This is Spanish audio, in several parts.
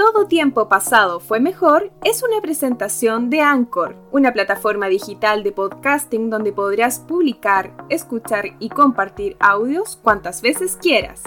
Todo tiempo pasado fue mejor es una presentación de Anchor, una plataforma digital de podcasting donde podrás publicar, escuchar y compartir audios cuantas veces quieras.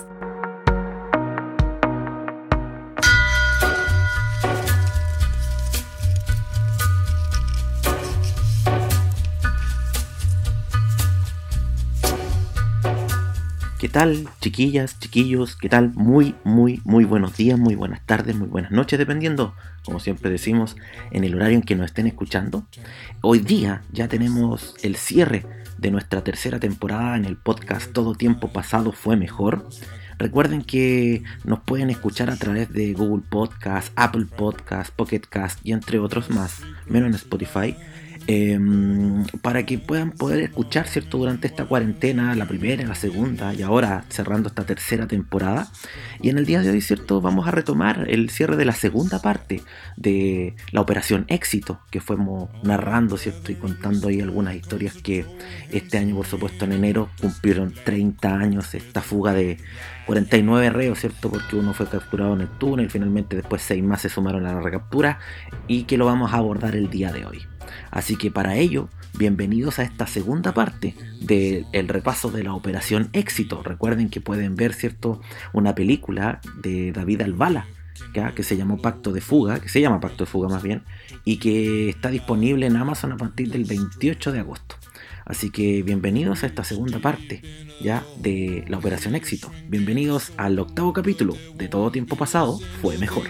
¿Qué tal, chiquillas, chiquillos? ¿Qué tal? Muy buenos días, muy buenas tardes, muy buenas noches, dependiendo, como siempre decimos, en el horario en que nos estén escuchando. Hoy día ya tenemos el cierre de nuestra tercera temporada en el podcast Todo Tiempo Pasado Fue Mejor. Recuerden que nos pueden escuchar a través de Google Podcast, Apple Podcast, Pocket Cast y entre otros más, menos en Spotify. Para que puedan poder escuchar, ¿cierto?, durante esta cuarentena, la primera, la segunda y ahora cerrando esta tercera temporada. Y en el día de hoy, ¿cierto?, vamos a retomar el cierre de la segunda parte de la Operación Éxito, que fuimos narrando, ¿cierto?, y contando ahí algunas historias que este año, por supuesto, en enero cumplieron 30 años esta fuga de 49 reos, ¿cierto?, porque uno fue capturado en el túnel, finalmente después 6 más se sumaron a la recaptura y que lo vamos a abordar el día de hoy. Así que para ello, bienvenidos a esta segunda parte del repaso de la Operación Éxito. Recuerden que pueden ver, ¿cierto?, una película de David Albala, que se llama Pacto de Fuga más bien, y que está disponible en Amazon a partir del 28 de agosto. Así que bienvenidos a esta segunda parte ya de la Operación Éxito. Bienvenidos al 8º capítulo de Todo Tiempo Pasado Fue Mejor.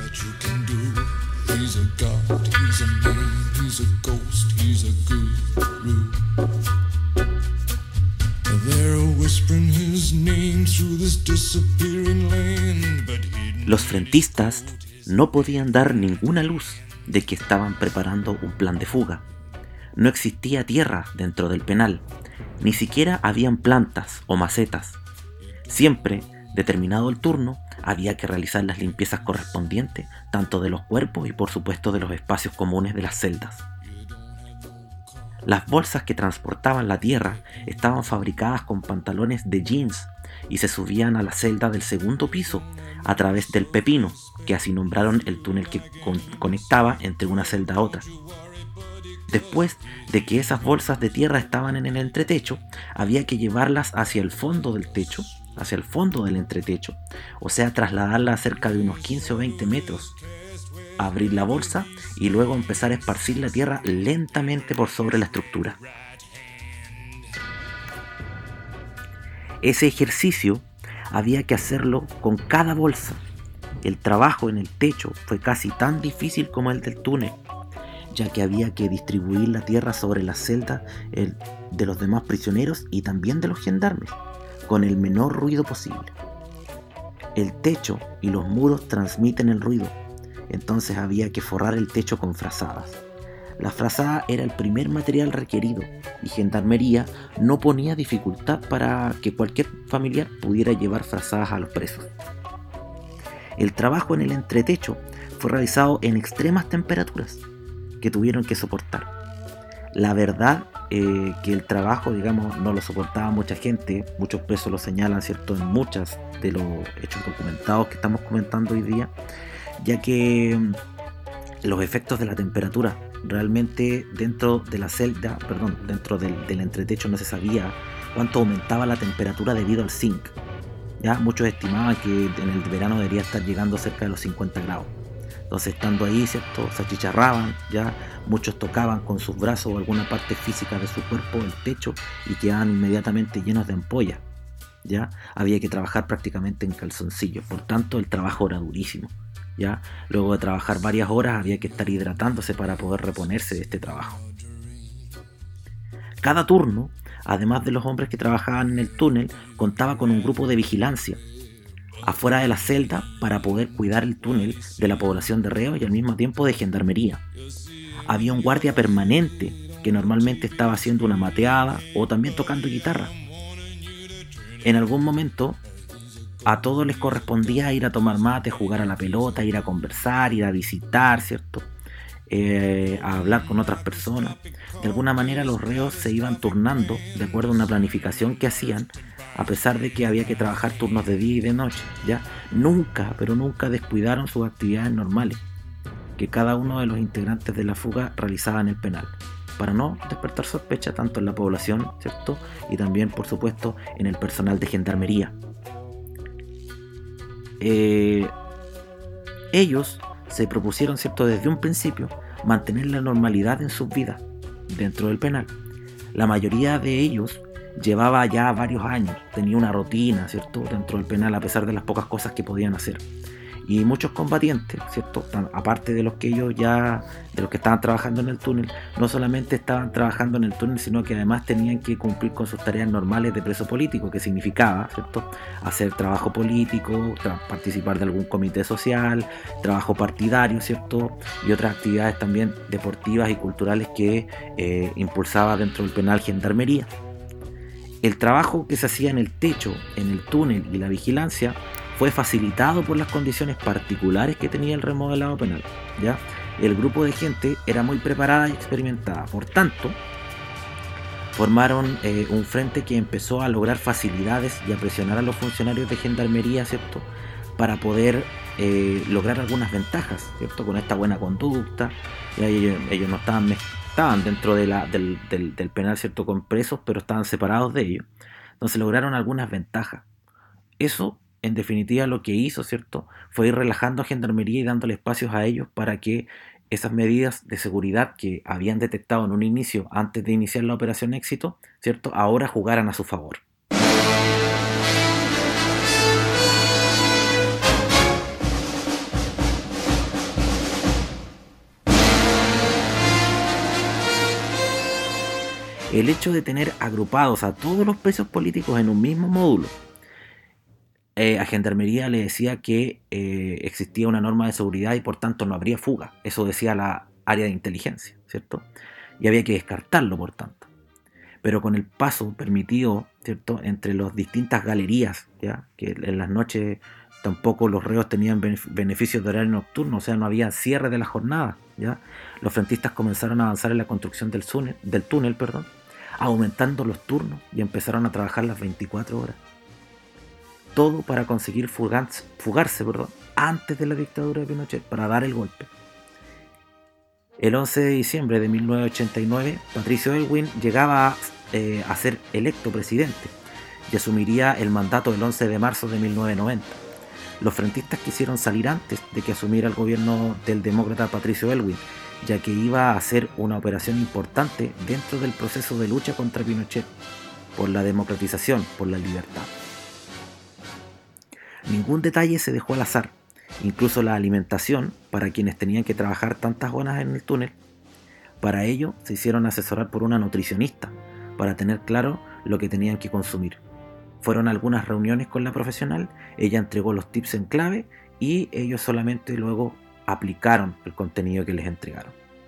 He's a god, he's a man, he's a ghost, he's a guru. They're whispering his name through this disappearing land, but los frentistas no podían dar ninguna luz de que estaban preparando un plan de fuga. No existía tierra dentro del penal, ni siquiera habían plantas o macetas. Siempre, determinado el turno, había que realizar las limpiezas correspondientes, tanto de los cuerpos y por supuesto de los espacios comunes de las celdas. Las bolsas que transportaban la tierra estaban fabricadas con pantalones de jeans y se subían a la celda del segundo piso a través del pepino, que así nombraron el túnel que conectaba entre una celda a otra. Después de que esas bolsas de tierra estaban en el entretecho, había que llevarlas hacia el fondo del techo, hacia el fondo del entretecho, o sea, trasladarla a cerca de unos 15 o 20 metros, abrir la bolsa y luego empezar a esparcir la tierra lentamente por sobre la estructura. Ese ejercicio había que hacerlo con cada bolsa. El trabajo en el techo fue casi tan difícil como el del túnel, ya que había que distribuir la tierra sobre la celda de los demás prisioneros y también de los gendarmes, con el menor ruido posible. El techo y los muros transmiten el ruido, entonces había que forrar el techo con frazadas. La frazada era el primer material requerido y Gendarmería no ponía dificultad para que cualquier familiar pudiera llevar frazadas a los presos. El trabajo en el entretecho fue realizado en extremas temperaturas que tuvieron que soportar. La verdad que el trabajo, digamos, no lo soportaba mucha gente. Muchos presos lo señalan, ¿cierto?, en muchos de los hechos documentados que estamos comentando hoy día, ya que los efectos de la temperatura realmente dentro de la celda, dentro del entretecho no se sabía cuánto aumentaba la temperatura debido al zinc. Ya muchos estimaban que en el verano debería estar llegando cerca de los 50 grados. Entonces, estando ahí, ¿cierto?, se achicharraban, ya muchos tocaban con sus brazos o alguna parte física de su cuerpo el techo y quedaban inmediatamente llenos de ampollas. Ya había que trabajar prácticamente en calzoncillos, por tanto el trabajo era durísimo. Ya luego de trabajar varias horas había que estar hidratándose para poder reponerse de este trabajo. Cada turno, además de los hombres que trabajaban en el túnel, contaba con un grupo de vigilancia afuera de la celda para poder cuidar el túnel de la población de reos y al mismo tiempo de gendarmería. Había un guardia permanente que normalmente estaba haciendo una mateada o también tocando guitarra. En algún momento a todos les correspondía ir a tomar mate, jugar a la pelota, ir a conversar, ir a visitar, ¿cierto?, a hablar con otras personas. De alguna manera los reos se iban turnando de acuerdo a una planificación que hacían a pesar de que había que trabajar turnos de día y de noche, ¿ya? Nunca, pero nunca descuidaron sus actividades normales que cada uno de los integrantes de la fuga realizaba en el penal, para no despertar sospecha tanto en la población, ¿cierto? Y también, por supuesto, en el personal de gendarmería. Ellos se propusieron, ¿cierto?, desde un principio, mantener la normalidad en sus vidas dentro del penal. La mayoría de ellos llevaba ya varios años, tenía una rutina, ¿cierto?, dentro del penal, a pesar de las pocas cosas que podían hacer. Y muchos combatientes, ¿cierto?, aparte de los que estaban trabajando en el túnel, no solamente estaban trabajando en el túnel, sino que además tenían que cumplir con sus tareas normales de preso político, que significaba, ¿cierto?, hacer trabajo político, participar de algún comité social, trabajo partidario, ¿cierto?, y otras actividades también deportivas y culturales que impulsaba dentro del penal gendarmería. El trabajo que se hacía en el techo, en el túnel y la vigilancia fue facilitado por las condiciones particulares que tenía el remodelado penal, ¿ya? El grupo de gente era muy preparada y experimentada, por tanto, formaron un frente que empezó a lograr facilidades y a presionar a los funcionarios de gendarmería, ¿cierto?, para poder lograr algunas ventajas, ¿cierto?, con esta buena conducta. Ya ellos no estaban dentro del penal, ¿cierto?, con presos, pero estaban separados de ellos. Entonces lograron algunas ventajas. Eso, en definitiva, lo que hizo, ¿cierto?, fue ir relajando a gendarmería y dándole espacios a ellos para que esas medidas de seguridad que habían detectado en un inicio, antes de iniciar la operación Éxito, ¿cierto?, ahora jugaran a su favor. El hecho de tener agrupados a todos los presos políticos en un mismo módulo, a Gendarmería le decía que existía una norma de seguridad y por tanto no habría fuga. Eso decía la área de inteligencia, ¿cierto? Y había que descartarlo, por tanto. Pero con el paso permitido, ¿cierto?, entre las distintas galerías, ¿ya?, que en las noches tampoco los reos tenían beneficios de horario nocturno, o sea, no había cierre de la jornada, ¿ya? Los frentistas comenzaron a avanzar en la construcción del túnel, aumentando los turnos y empezaron a trabajar las 24 horas. Todo para conseguir fugarse antes de la dictadura de Pinochet, para dar el golpe. El 11 de diciembre de 1989, Patricio Aylwin llegaba a ser electo presidente y asumiría el mandato el 11 de marzo de 1990. Los frentistas quisieron salir antes de que asumiera el gobierno del demócrata Patricio Aylwin, ya que iba a hacer una operación importante dentro del proceso de lucha contra Pinochet, por la democratización, por la libertad. Ningún detalle se dejó al azar, incluso la alimentación para quienes tenían que trabajar tantas horas en el túnel. Para ello se hicieron asesorar por una nutricionista para tener claro lo que tenían que consumir. Fueron algunas reuniones con la profesional, ella entregó los tips en clave y ellos solamente luego aplicaron el contenido que les entregaron.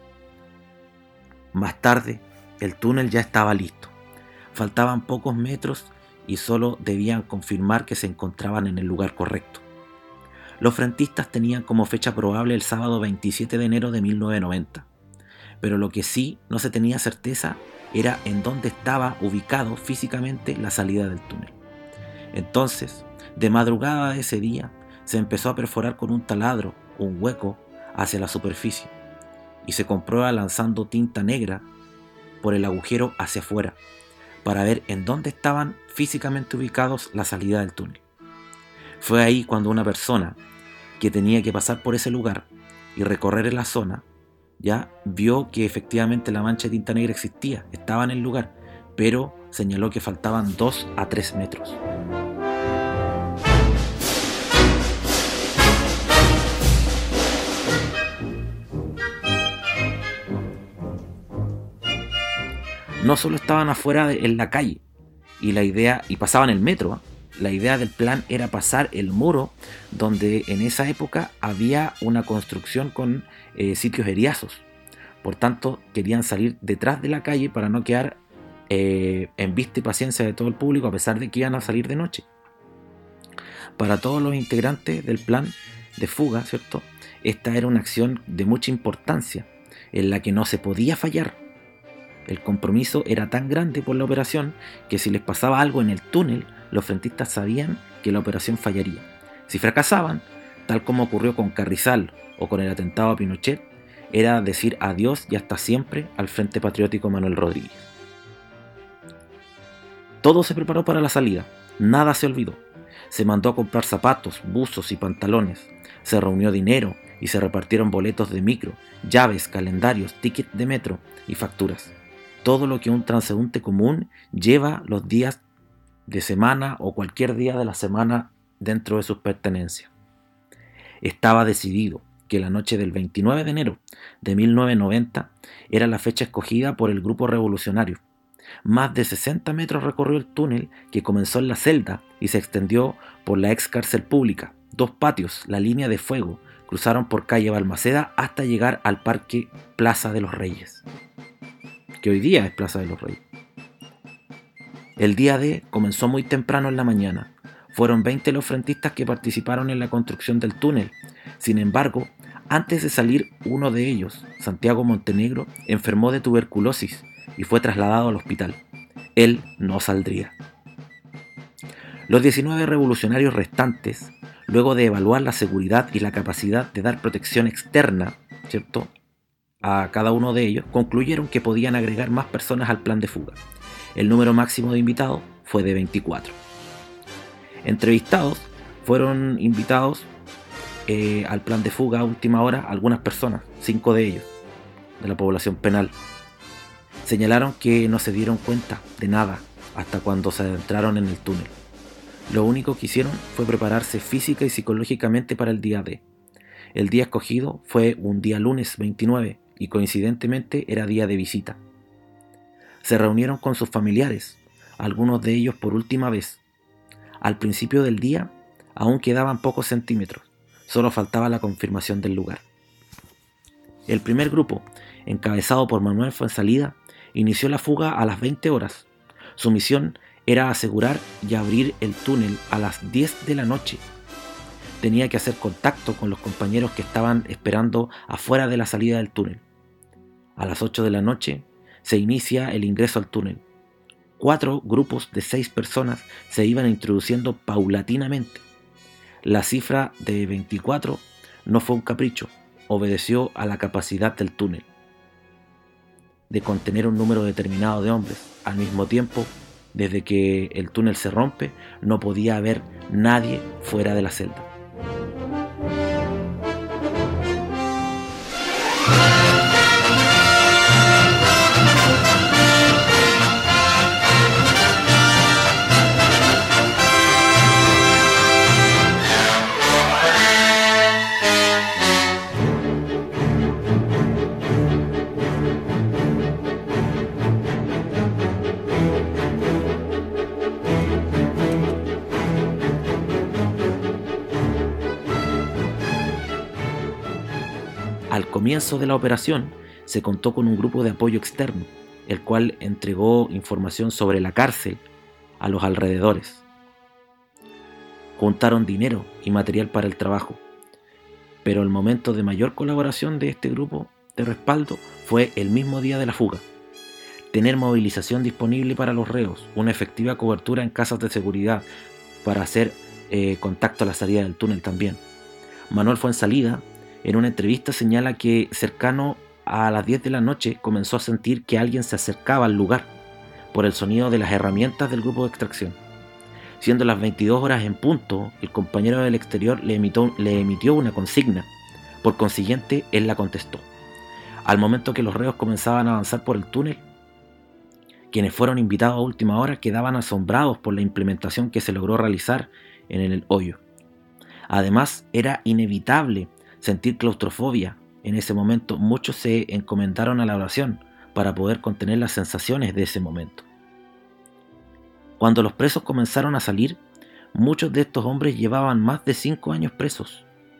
Más tarde, el túnel ya estaba listo. Faltaban pocos metros y solo debían confirmar que se encontraban en el lugar correcto. Los frentistas tenían como fecha probable el sábado 27 de enero de 1990, pero lo que sí no se tenía certeza era en dónde estaba ubicado físicamente la salida del túnel. Entonces, de madrugada de ese día, se empezó a perforar con un taladro un hueco hacia la superficie y se comprueba lanzando tinta negra por el agujero hacia afuera para ver en dónde estaban físicamente ubicados la salida del túnel. Fue ahí cuando una persona que tenía que pasar por ese lugar y recorrer la zona ya vio que efectivamente la mancha de tinta negra existía, estaba en el lugar, pero señaló que faltaban 2 a 3 metros. No solo estaban afuera en la calle y pasaban el metro, la idea del plan era pasar el muro donde en esa época había una construcción con sitios eriazos. Por tanto, querían salir detrás de la calle para no quedar en vista y paciencia de todo el público, a pesar de que iban a salir de noche. Para todos los integrantes del plan de fuga, ¿cierto?, esta era una acción de mucha importancia, en la que no se podía fallar. El compromiso era tan grande por la operación que si les pasaba algo en el túnel, los frentistas sabían que la operación fallaría. Si fracasaban, tal como ocurrió con Carrizal o con el atentado a Pinochet, era decir adiós y hasta siempre al Frente Patriótico Manuel Rodríguez. Todo se preparó para la salida, nada se olvidó. Se mandó a comprar zapatos, buzos y pantalones, se reunió dinero y se repartieron boletos de micro, llaves, calendarios, tickets de metro y facturas. Todo lo que un transeúnte común lleva los días de semana o cualquier día de la semana dentro de sus pertenencias. Estaba decidido que la noche del 29 de enero de 1990 era la fecha escogida por el grupo revolucionario. Más de 60 metros recorrió el túnel que comenzó en la celda y se extendió por la ex cárcel pública. 2 patios, la línea de fuego, cruzaron por calle Balmaceda hasta llegar al parque Plaza de los Reyes, que hoy día es Plaza de los Reyes. El día D comenzó muy temprano en la mañana. Fueron 20 los frentistas que participaron en la construcción del túnel. Sin embargo, antes de salir, uno de ellos, Santiago Montenegro, enfermó de tuberculosis y fue trasladado al hospital. Él no saldría. Los 19 revolucionarios restantes, luego de evaluar la seguridad y la capacidad de dar protección externa, ¿cierto?, a cada uno de ellos, concluyeron que podían agregar más personas al plan de fuga. El número máximo de invitados fue de 24. Entrevistados, fueron invitados al plan de fuga a última hora algunas personas, 5 de ellos, de la población penal. Señalaron que no se dieron cuenta de nada hasta cuando se adentraron en el túnel. Lo único que hicieron fue prepararse física y psicológicamente para el día D. El día escogido fue un día lunes 29 y coincidentemente era día de visita. Se reunieron con sus familiares, algunos de ellos por última vez. Al principio del día aún quedaban pocos centímetros, solo faltaba la confirmación del lugar. El primer grupo, encabezado por Manuel Fuenzalida, inició la fuga a las 20 horas. Su misión era asegurar y abrir el túnel a las 10 de la noche. Tenía que hacer contacto con los compañeros que estaban esperando afuera de la salida del túnel. A las 8 de la noche se inicia el ingreso al túnel. 4 grupos de 6 personas se iban introduciendo paulatinamente. La cifra de 24 no fue un capricho, obedeció a la capacidad del túnel de contener un número determinado de hombres. Al mismo tiempo, desde que el túnel se rompe, no podía haber nadie fuera de la celda. Al comienzo de la operación se contó con un grupo de apoyo externo, el cual entregó información sobre la cárcel a los alrededores. Juntaron dinero y material para el trabajo, pero el momento de mayor colaboración de este grupo de respaldo fue el mismo día de la fuga. Tener movilización disponible para los reos, una efectiva cobertura en casas de seguridad para hacer contacto a la salida del túnel también. Manuel Fuenzalida, en una entrevista, señala que cercano a las 10 de la noche comenzó a sentir que alguien se acercaba al lugar por el sonido de las herramientas del grupo de extracción. Siendo las 22 horas en punto, el compañero del exterior le emitió una consigna. Por consiguiente, él la contestó. Al momento que los reos comenzaban a avanzar por el túnel, quienes fueron invitados a última hora quedaban asombrados por la implementación que se logró realizar en el hoyo. Además, era inevitable sentir claustrofobia. En ese momento muchos se encomendaron a la oración para poder contener las sensaciones de ese momento. Cuando los presos comenzaron a salir, muchos de estos hombres llevaban más de 5 años presos.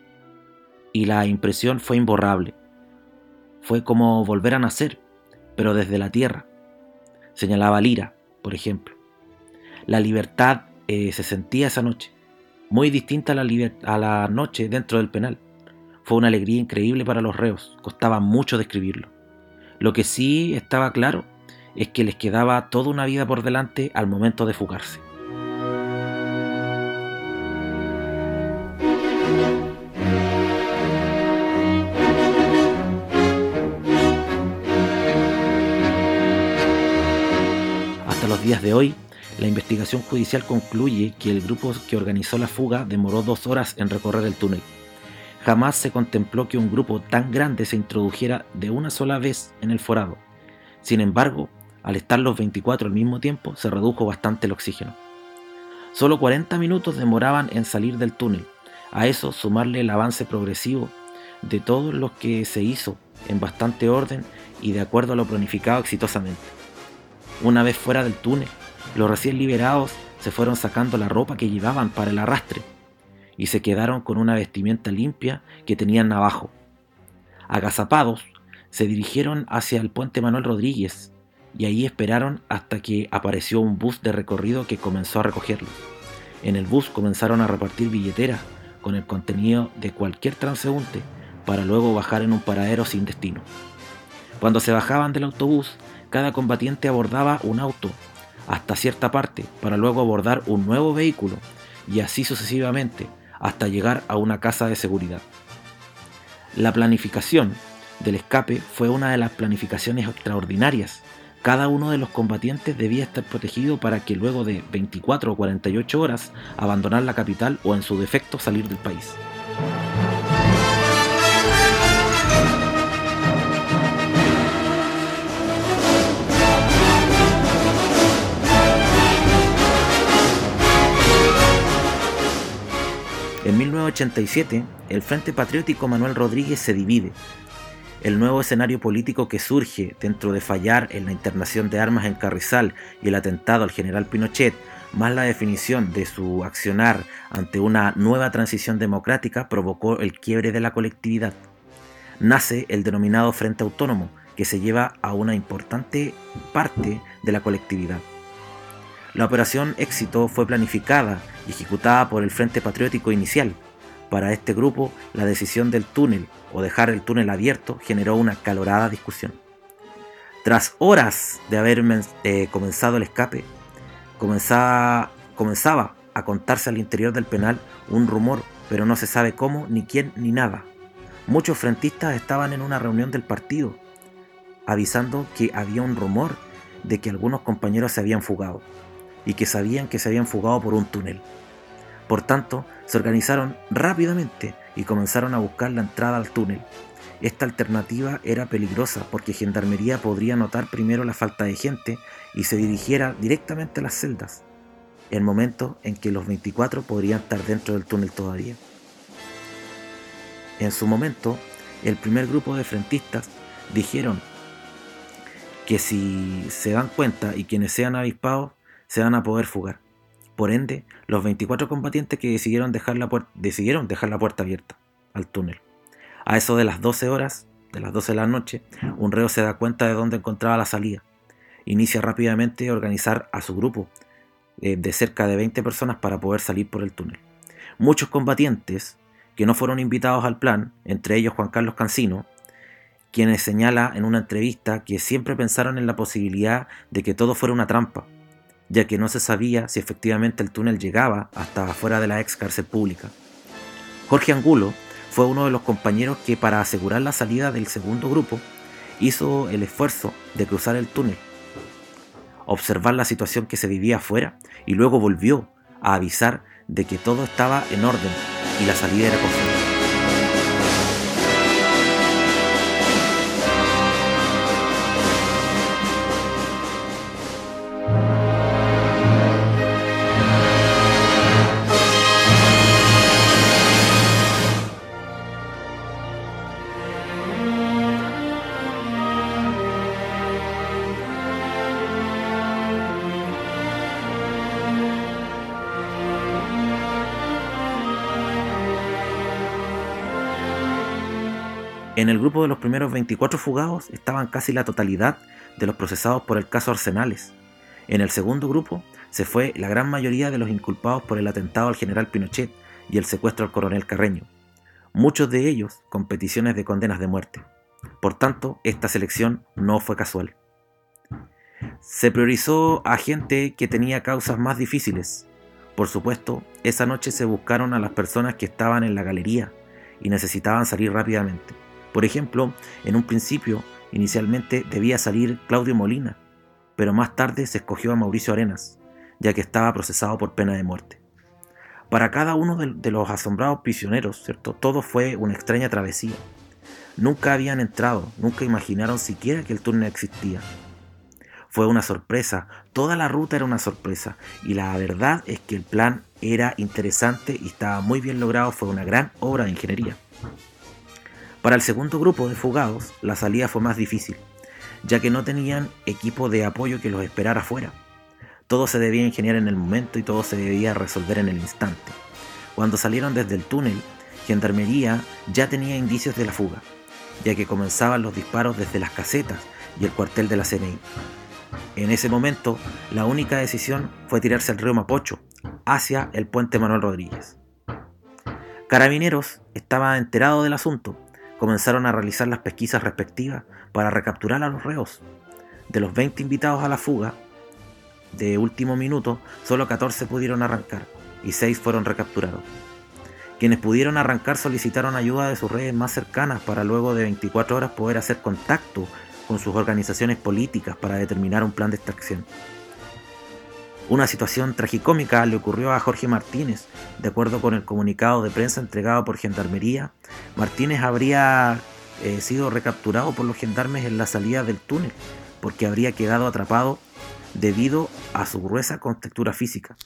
Y la impresión fue imborrable. Fue como volver a nacer, pero desde la tierra. Señalaba Lira, por ejemplo. La libertad se sentía esa noche, muy distinta a la noche dentro del penal. Fue una alegría increíble para los reos, costaba mucho describirlo. Lo que sí estaba claro es que les quedaba toda una vida por delante al momento de fugarse. días de hoy, la investigación judicial concluye que el grupo que organizó la fuga demoró 2 horas en recorrer el túnel. Jamás se contempló que un grupo tan grande se introdujera de una sola vez en el forado. Sin embargo, al estar los 24 al mismo tiempo, se redujo bastante el oxígeno. Solo 40 minutos demoraban en salir del túnel. A eso sumarle el avance progresivo de todo lo que se hizo en bastante orden y de acuerdo a lo planificado exitosamente. Una vez fuera del túnel, los recién liberados se fueron sacando la ropa que llevaban para el arrastre y se quedaron con una vestimenta limpia que tenían abajo. Agazapados, se dirigieron hacia el puente Manuel Rodríguez y ahí esperaron hasta que apareció un bus de recorrido que comenzó a recogerlos. En el bus comenzaron a repartir billeteras con el contenido de cualquier transeúnte para luego bajar en un paradero sin destino. Cuando se bajaban del autobús, cada combatiente abordaba un auto hasta cierta parte para luego abordar un nuevo vehículo y así sucesivamente hasta llegar a una casa de seguridad. La planificación del escape fue una de las planificaciones extraordinarias. Cada uno de los combatientes debía estar protegido para que luego de 24 o 48 horas abandonar la capital o en su defecto salir del país. En 1987, el Frente Patriótico Manuel Rodríguez se divide. El nuevo escenario político que surge dentro de fallar en la internación de armas en Carrizal y el atentado al general Pinochet, más la definición de su accionar ante una nueva transición democrática, provocó el quiebre de la colectividad. Nace el denominado Frente Autónomo, que se lleva a una importante parte de la colectividad. La operación Éxito fue planificada y ejecutada por el Frente Patriótico inicial. Para este grupo, la decisión del túnel o dejar el túnel abierto generó una acalorada discusión. Tras horas de haber comenzado el escape, comenzaba a contarse al interior del penal un rumor, pero no se sabe cómo, ni quién, ni nada. Muchos frentistas estaban en una reunión del partido, avisando que había un rumor de que algunos compañeros se habían fugado, y que sabían que se habían fugado por un túnel. Por tanto, se organizaron rápidamente y comenzaron a buscar la entrada al túnel. Esta alternativa era peligrosa porque Gendarmería podría notar primero la falta de gente y se dirigiera directamente a las celdas, el momento en que los 24 podrían estar dentro del túnel todavía. En su momento, el primer grupo de frentistas dijeron que si se dan cuenta y quienes sean avispados se van a poder fugar. Por ende, los 24 combatientes que decidieron dejar la puerta abierta al túnel. A eso de las 12 horas, de las 12 de la noche, un reo se da cuenta de dónde encontraba la salida. Inicia rápidamente a organizar a su grupo de cerca de 20 personas para poder salir por el túnel. Muchos combatientes que no fueron invitados al plan, entre ellos Juan Carlos Cancino, quien señala en una entrevista que siempre pensaron en la posibilidad de que todo fuera una trampa, ya que no se sabía si efectivamente el túnel llegaba hasta afuera de la ex cárcel pública. Jorge Angulo fue uno de los compañeros que, para asegurar la salida del segundo grupo, hizo el esfuerzo de cruzar el túnel, observar la situación que se vivía afuera y luego volvió a avisar de que todo estaba en orden y la salida era posible. En el grupo de los primeros 24 fugados estaban casi la totalidad de los procesados por el caso Arsenales. En el segundo grupo se fue la gran mayoría de los inculpados por el atentado al general Pinochet y el secuestro al coronel Carreño, muchos de ellos con peticiones de condenas de muerte. Por tanto, esta selección no fue casual. Se priorizó a gente que tenía causas más difíciles. Por supuesto, esa noche se buscaron a las personas que estaban en la galería y necesitaban salir rápidamente. Por ejemplo, en un principio, inicialmente debía salir Claudio Molina, pero más tarde se escogió a Mauricio Arenas, ya que estaba procesado por pena de muerte. Para cada uno de los asombrados prisioneros, ¿cierto?, todo fue una extraña travesía. Nunca habían entrado, nunca imaginaron siquiera que el túnel existía. Fue una sorpresa, toda la ruta era una sorpresa, y la verdad es que el plan era interesante y estaba muy bien logrado, fue una gran obra de ingeniería. Para el segundo grupo de fugados, la salida fue más difícil, ya que no tenían equipo de apoyo que los esperara afuera. Todo se debía ingeniar en el momento y todo se debía resolver en el instante. Cuando salieron desde el túnel, Gendarmería ya tenía indicios de la fuga, ya que comenzaban los disparos desde las casetas y el cuartel de la CNI. En ese momento, la única decisión fue tirarse al río Mapocho, hacia el puente Manuel Rodríguez. Carabineros estaba enterado del asunto, comenzaron a realizar las pesquisas respectivas para recapturar a los reos. De los 20 invitados a la fuga, de último minuto, solo 14 pudieron arrancar y 6 fueron recapturados. Quienes pudieron arrancar solicitaron ayuda de sus redes más cercanas para luego de 24 horas poder hacer contacto con sus organizaciones políticas para determinar un plan de extracción. Una situación tragicómica le ocurrió a Jorge Martínez. De acuerdo con el comunicado de prensa entregado por Gendarmería, Martínez habría sido recapturado por los gendarmes en la salida del túnel porque habría quedado atrapado debido a su gruesa contextura física.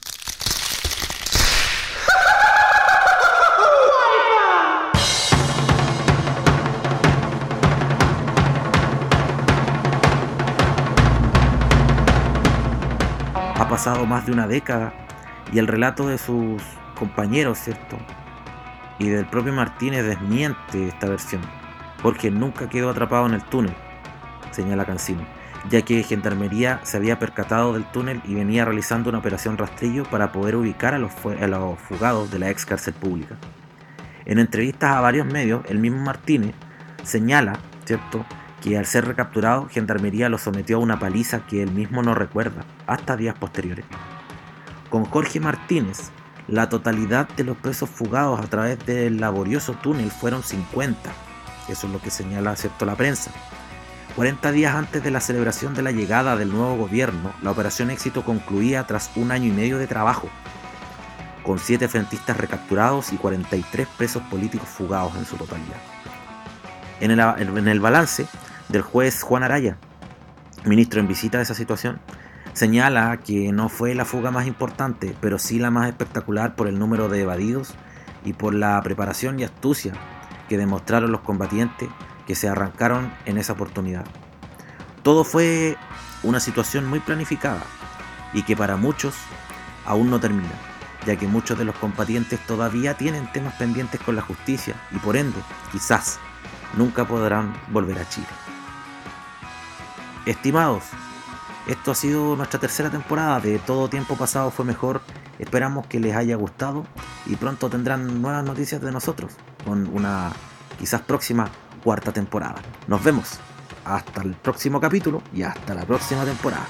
Ha pasado más de una década y el relato de sus compañeros, ¿cierto?, y del propio Martínez desmiente esta versión. Jorge nunca quedó atrapado en el túnel, señala Cancino, ya que Gendarmería se había percatado del túnel y venía realizando una operación rastrillo para poder ubicar a los fugados de la ex cárcel pública. En entrevistas a varios medios, el mismo Martínez señala, ¿cierto?, que al ser recapturado, Gendarmería lo sometió a una paliza que él mismo no recuerda, hasta días posteriores. Con Jorge Martínez, la totalidad de los presos fugados a través del laborioso túnel fueron 50, eso es lo que señala, ¿cierto?, la prensa. 40 días antes de la celebración de la llegada del nuevo gobierno, la Operación Éxito concluía tras 1 año y medio de trabajo, con 7 frentistas recapturados y 43 presos políticos fugados en su totalidad. En el balance del juez Juan Araya, ministro en visita de esa situación, señala que no fue la fuga más importante, pero sí la más espectacular por el número de evadidos y por la preparación y astucia que demostraron los combatientes que se arrancaron en esa oportunidad. Todo fue una situación muy planificada y que para muchos aún no termina, ya que muchos de los combatientes todavía tienen temas pendientes con la justicia y por ende, quizás, nunca podrán volver a Chile. Estimados, esto ha sido nuestra tercera temporada de Todo Tiempo Pasado Fue Mejor. Esperamos que les haya gustado y pronto tendrán nuevas noticias de nosotros con una quizás próxima 4ª temporada. Nos vemos hasta el próximo capítulo y hasta la próxima temporada.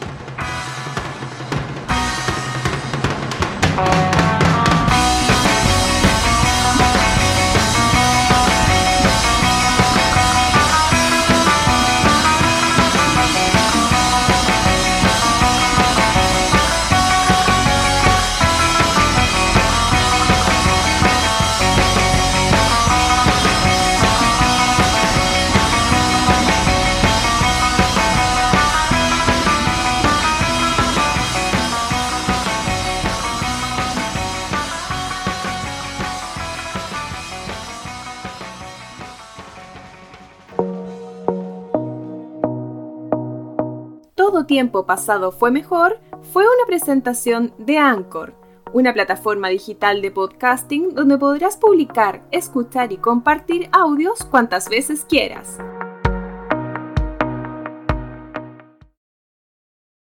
Todo Tiempo Pasado Fue Mejor fue una presentación de Anchor, una plataforma digital de podcasting donde podrás publicar, escuchar y compartir audios cuantas veces quieras.